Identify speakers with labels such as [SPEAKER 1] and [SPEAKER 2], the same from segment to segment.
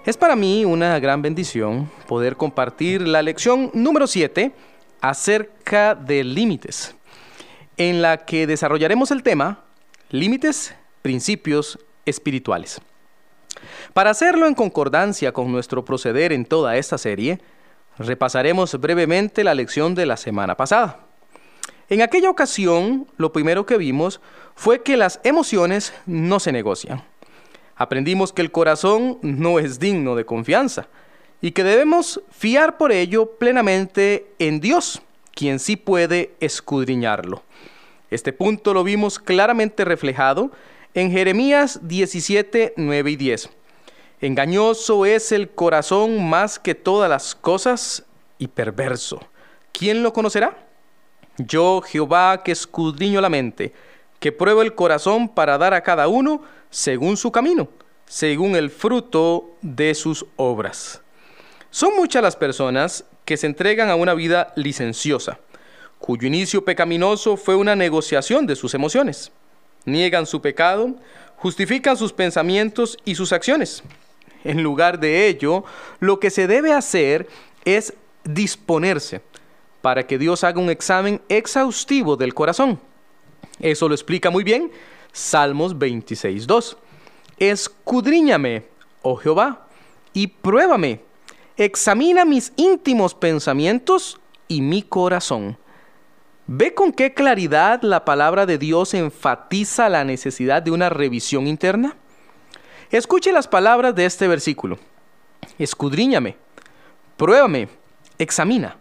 [SPEAKER 1] Es para mí una gran bendición poder compartir la lección número 7 acerca de límites, en la que desarrollaremos el tema límites, principios espirituales. Para hacerlo en concordancia con nuestro proceder en toda esta serie, repasaremos brevemente la lección de la semana pasada. En aquella ocasión, lo primero que vimos fue que las emociones no se negocian. Aprendimos que el corazón no es digno de confianza y que debemos fiar por ello plenamente en Dios, quien sí puede escudriñarlo. Este punto lo vimos claramente reflejado en Jeremías 17, 9 y 10. Engañoso es el corazón más que todas las cosas y perverso. ¿Quién lo conocerá? Yo, Jehová, que escudriño la mente, que pruebo el corazón para dar a cada uno según su camino, según el fruto de sus obras. Son muchas las personas que se entregan a una vida licenciosa, cuyo inicio pecaminoso fue una negociación de sus emociones. Niegan su pecado, justifican sus pensamientos y sus acciones. En lugar de ello, lo que se debe hacer es disponerse para que Dios haga un examen exhaustivo del corazón. Eso lo explica muy bien Salmos 26:2. Escudriñame, oh Jehová, y pruébame. Examina mis íntimos pensamientos y mi corazón. ¿Ve con qué claridad la palabra de Dios enfatiza la necesidad de una revisión interna? Escuche las palabras de este versículo. Escudriñame, pruébame, examina.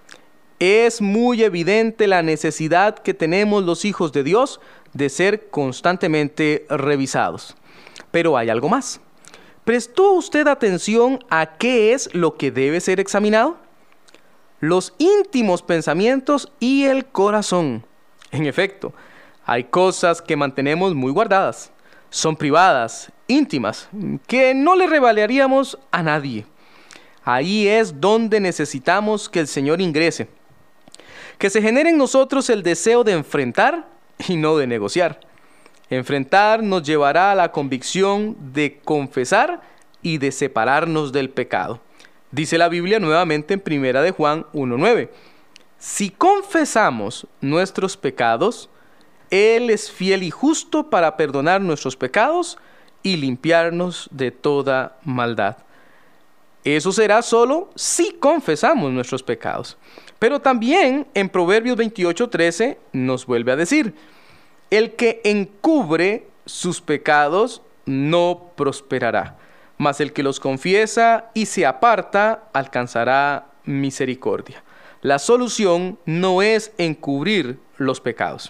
[SPEAKER 1] Es muy evidente la necesidad que tenemos los hijos de Dios de ser constantemente revisados. Pero hay algo más. ¿Prestó usted atención a qué es lo que debe ser examinado? Los íntimos pensamientos y el corazón. En efecto, hay cosas que mantenemos muy guardadas. Son privadas, íntimas, que no le revelaríamos a nadie. Ahí es donde necesitamos que el Señor ingrese. Que se genere en nosotros el deseo de enfrentar y no de negociar. Enfrentar nos llevará a la convicción de confesar y de separarnos del pecado. Dice la Biblia nuevamente en 1 de Juan 1:9. Si confesamos nuestros pecados, Él es fiel y justo para perdonar nuestros pecados y limpiarnos de toda maldad. Eso será solo si confesamos nuestros pecados. Pero también en Proverbios 28:13 nos vuelve a decir: el que encubre sus pecados no prosperará, mas el que los confiesa y se aparta alcanzará misericordia. La solución no es encubrir los pecados.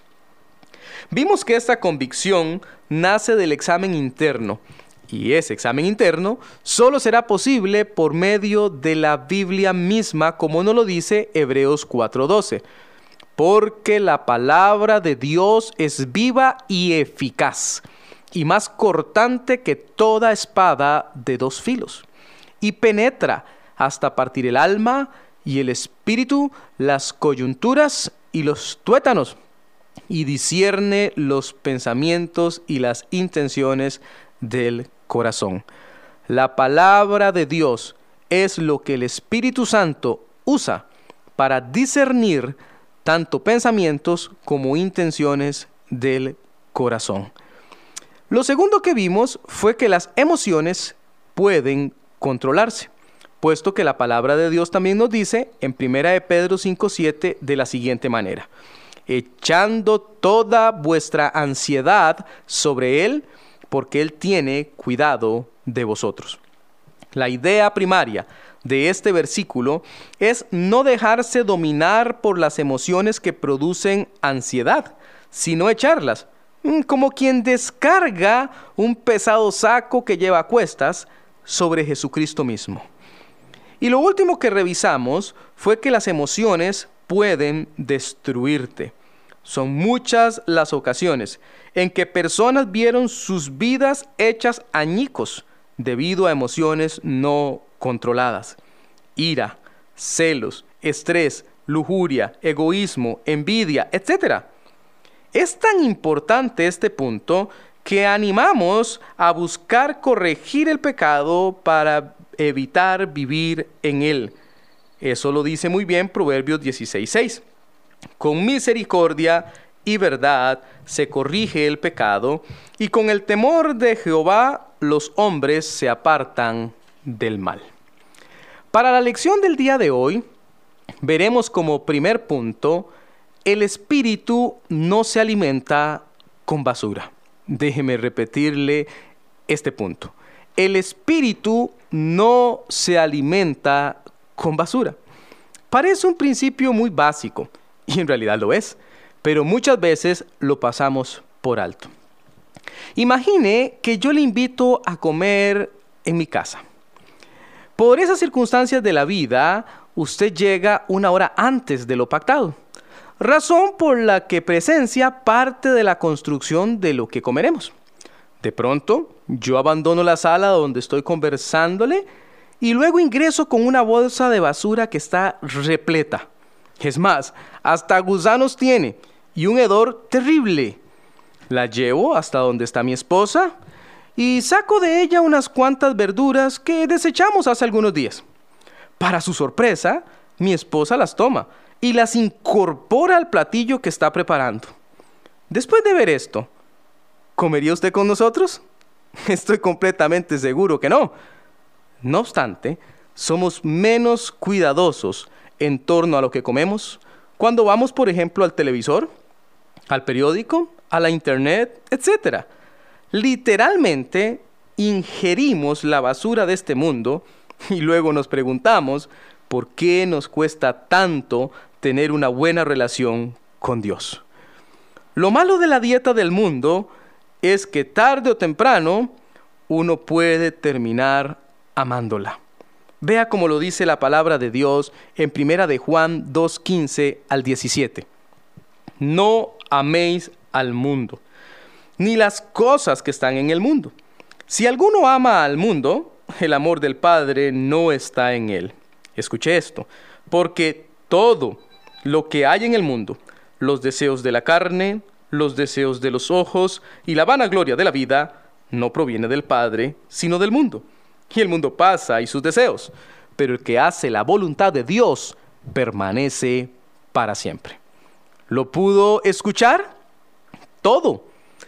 [SPEAKER 1] Vimos que esta convicción nace del examen interno, y ese examen interno solo será posible por medio de la Biblia misma, como nos lo dice Hebreos 4:12. Porque la palabra de Dios es viva y eficaz, y más cortante que toda espada de dos filos, y penetra hasta partir el alma y el espíritu, las coyunturas y los tuétanos, y discierne los pensamientos y las intenciones del corazón. La palabra de Dios es lo que el Espíritu Santo usa para discernir tanto pensamientos como intenciones del corazón. Lo segundo que vimos fue que las emociones pueden controlarse, puesto que la palabra de Dios también nos dice en 1 de Pedro 5:7 de la siguiente manera: echando toda vuestra ansiedad sobre Él, porque Él tiene cuidado de vosotros. La idea primaria de este versículo es no dejarse dominar por las emociones que producen ansiedad, sino echarlas, como quien descarga un pesado saco que lleva a cuestas sobre Jesucristo mismo. Y lo último que revisamos fue que las emociones pueden destruirte. Son muchas las ocasiones en que personas vieron sus vidas hechas añicos debido a emociones no controladas. Ira, celos, estrés, lujuria, egoísmo, envidia, etc. Es tan importante este punto que animamos a buscar corregir el pecado para evitar vivir en él. Eso lo dice muy bien Proverbios 16:6. Con misericordia y verdad se corrige el pecado, y con el temor de Jehová los hombres se apartan del mal. Para la lección del día de hoy, veremos como primer punto, el espíritu no se alimenta con basura. Déjeme repetirle este punto. El espíritu no se alimenta con basura. Parece un principio muy básico, y en realidad lo es, pero muchas veces lo pasamos por alto. Imagine que yo le invito a comer en mi casa. Por esas circunstancias de la vida, usted llega una hora antes de lo pactado, razón por la que presencia parte de la construcción de lo que comeremos. De pronto, yo abandono la sala donde estoy conversándole y luego ingreso con una bolsa de basura que está repleta. Es más, hasta gusanos tiene y un hedor terrible. La llevo hasta donde está mi esposa y saco de ella unas cuantas verduras que desechamos hace algunos días. Para su sorpresa, mi esposa las toma y las incorpora al platillo que está preparando. Después de ver esto, ¿comería usted con nosotros? Estoy completamente seguro que no. No obstante, somos menos cuidadosos en torno a lo que comemos cuando vamos, por ejemplo, al televisor, al periódico, a la internet, etc. Literalmente, ingerimos la basura de este mundo y luego nos preguntamos por qué nos cuesta tanto tener una buena relación con Dios. Lo malo de la dieta del mundo es que tarde o temprano uno puede terminar amándola. Vea cómo lo dice la palabra de Dios en 1 de Juan 2:15 al 17. No améis al mundo, ni las cosas que están en el mundo. Si alguno ama al mundo, el amor del Padre no está en él. Escuche esto, porque todo lo que hay en el mundo, los deseos de la carne, los deseos de los ojos y la vanagloria de la vida, no proviene del Padre, sino del mundo. Y el mundo pasa y sus deseos, pero el que hace la voluntad de Dios permanece para siempre. ¿Lo pudo escuchar? Todo.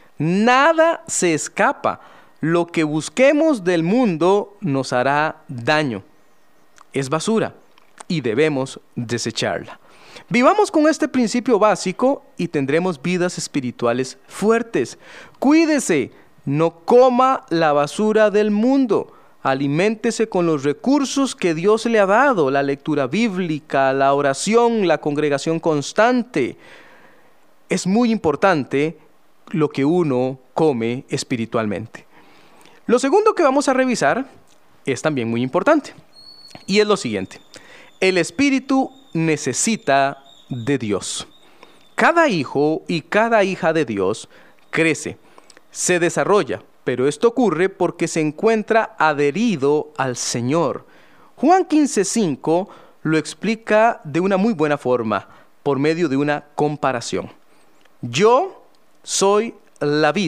[SPEAKER 1] Nada se escapa. Lo que busquemos del mundo nos hará daño. Es basura y debemos desecharla. Vivamos con este principio básico y tendremos vidas espirituales fuertes. Cuídese, no coma la basura del mundo. Aliméntese con los recursos que Dios le ha dado, la lectura bíblica, la oración, la congregación constante. Es muy importante lo que uno come espiritualmente. Lo segundo que vamos a revisar es también muy importante, y es lo siguiente. El espíritu necesita de Dios. Cada hijo y cada hija de Dios crece, se desarrolla, pero esto ocurre porque se encuentra adherido al Señor. Juan 15:5 lo explica de una muy buena forma, por medio de una comparación. Yo soy la vid,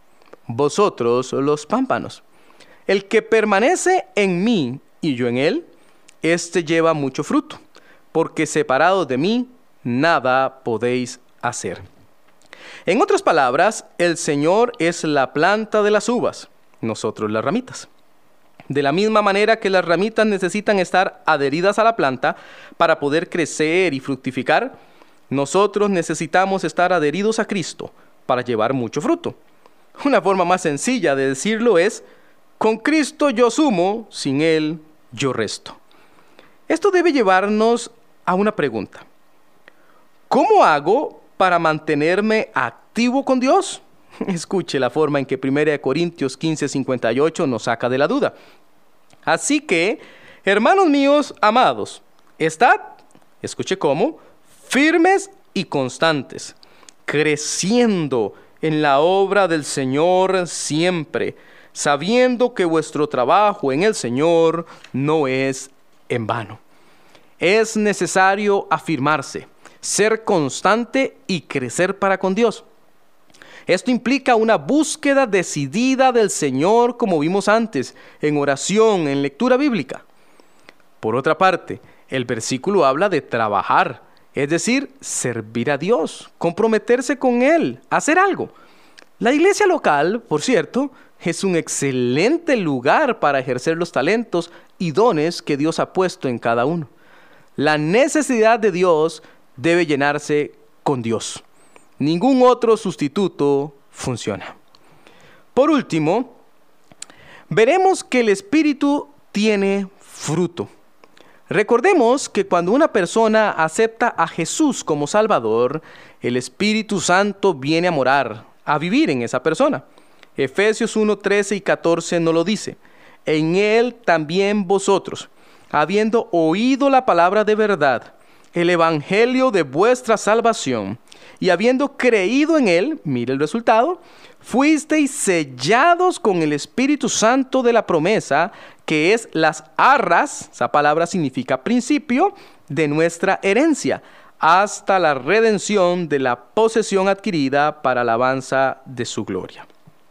[SPEAKER 1] vosotros los pámpanos. El que permanece en mí y yo en él, éste lleva mucho fruto, porque separados de mí, nada podéis hacer. En otras palabras, el Señor es la planta de las uvas, nosotros las ramitas. De la misma manera que las ramitas necesitan estar adheridas a la planta para poder crecer y fructificar, nosotros necesitamos estar adheridos a Cristo para llevar mucho fruto. Una forma más sencilla de decirlo es, con Cristo yo sumo, sin Él yo resto. Esto debe llevarnos a una pregunta. ¿Cómo hago para mantenerme activo con Dios? Escuche la forma en que 1 Corintios 15:58 nos saca de la duda. Así que, hermanos míos amados, estad, escuche cómo, firmes y constantes, creciendo en la obra del Señor siempre, sabiendo que vuestro trabajo en el Señor no es en vano. Es necesario afirmarse, ser constante y crecer para con Dios. Esto implica una búsqueda decidida del Señor, como vimos antes, en oración, en lectura bíblica. Por otra parte, el versículo habla de trabajar, es decir, servir a Dios, comprometerse con Él, hacer algo. La iglesia local, por cierto, es un excelente lugar para ejercer los talentos y dones que Dios ha puesto en cada uno. La necesidad de Dios debe llenarse con Dios. Ningún otro sustituto funciona. Por último, veremos que el Espíritu tiene fruto. Recordemos que cuando una persona acepta a Jesús como Salvador, el Espíritu Santo viene a morar, a vivir en esa persona. Efesios 1, 13 y 14 nos lo dice. En Él también vosotros, habiendo oído la palabra de verdad, el evangelio de vuestra salvación, y habiendo creído en Él, mire el resultado, fuisteis sellados con el Espíritu Santo de la promesa, que es las arras, esa palabra significa principio, de nuestra herencia, hasta la redención de la posesión adquirida para alabanza de su gloria.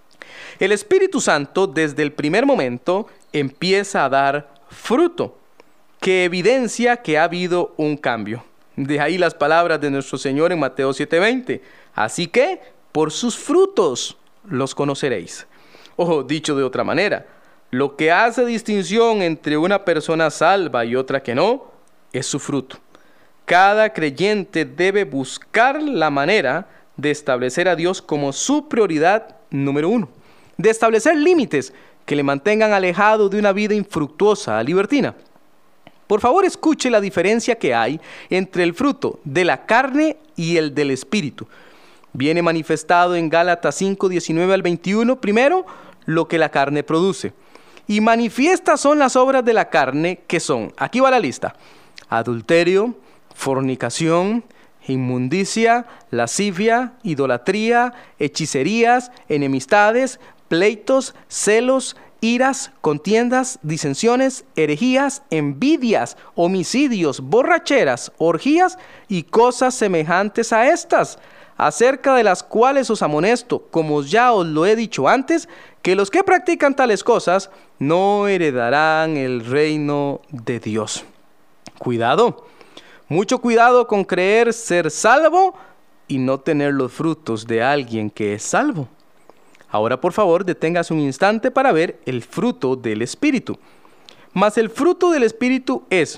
[SPEAKER 1] El Espíritu Santo, desde el primer momento, empieza a dar fruto, que evidencia que ha habido un cambio. De ahí las palabras de nuestro Señor en Mateo 7:20. Así que, por sus frutos los conoceréis. O dicho de otra manera, lo que hace distinción entre una persona salva y otra que no, es su fruto. Cada creyente debe buscar la manera de establecer a Dios como su prioridad número uno. De establecer límites que le mantengan alejado de una vida infructuosa, libertina. Por favor, escuche la diferencia que hay entre el fruto de la carne y el del Espíritu. Viene manifestado en Gálatas 5, 19 al 21, primero, lo que la carne produce. Y manifiestas son las obras de la carne, que son, aquí va la lista: adulterio, fornicación, inmundicia, lascivia, idolatría, hechicerías, enemistades, pleitos, celos, iras, contiendas, disensiones, herejías, envidias, homicidios, borracheras, orgías y cosas semejantes a estas, acerca de las cuales os amonesto, como ya os lo he dicho antes, que los que practican tales cosas no heredarán el reino de Dios. Cuidado, mucho cuidado con creer ser salvo y no tener los frutos de alguien que es salvo. Ahora, por favor, deténgase un instante para ver el fruto del Espíritu. Mas el fruto del Espíritu es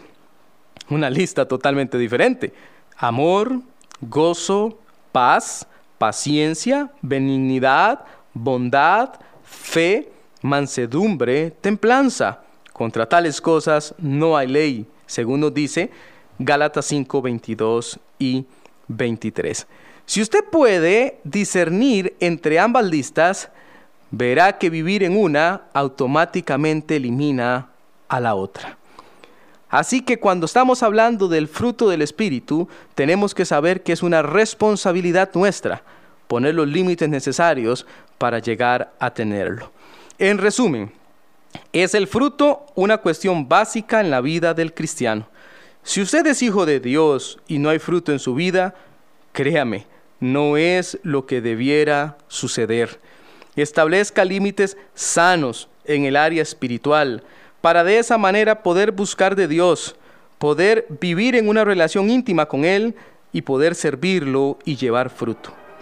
[SPEAKER 1] una lista totalmente diferente: amor, gozo, paz, paciencia, benignidad, bondad, fe, mansedumbre, templanza. Contra tales cosas no hay ley, según nos dice Gálatas 5, 22 y 23. Si usted puede discernir entre ambas listas, verá que vivir en una automáticamente elimina a la otra. Así que cuando estamos hablando del fruto del Espíritu, tenemos que saber que es una responsabilidad nuestra poner los límites necesarios para llegar a tenerlo. En resumen, ¿es el fruto una cuestión básica en la vida del cristiano? Si usted es hijo de Dios y no hay fruto en su vida, créame, no es lo que debiera suceder. Establezca límites sanos en el área espiritual, para de esa manera poder buscar de Dios, poder vivir en una relación íntima con Él y poder servirlo y llevar fruto.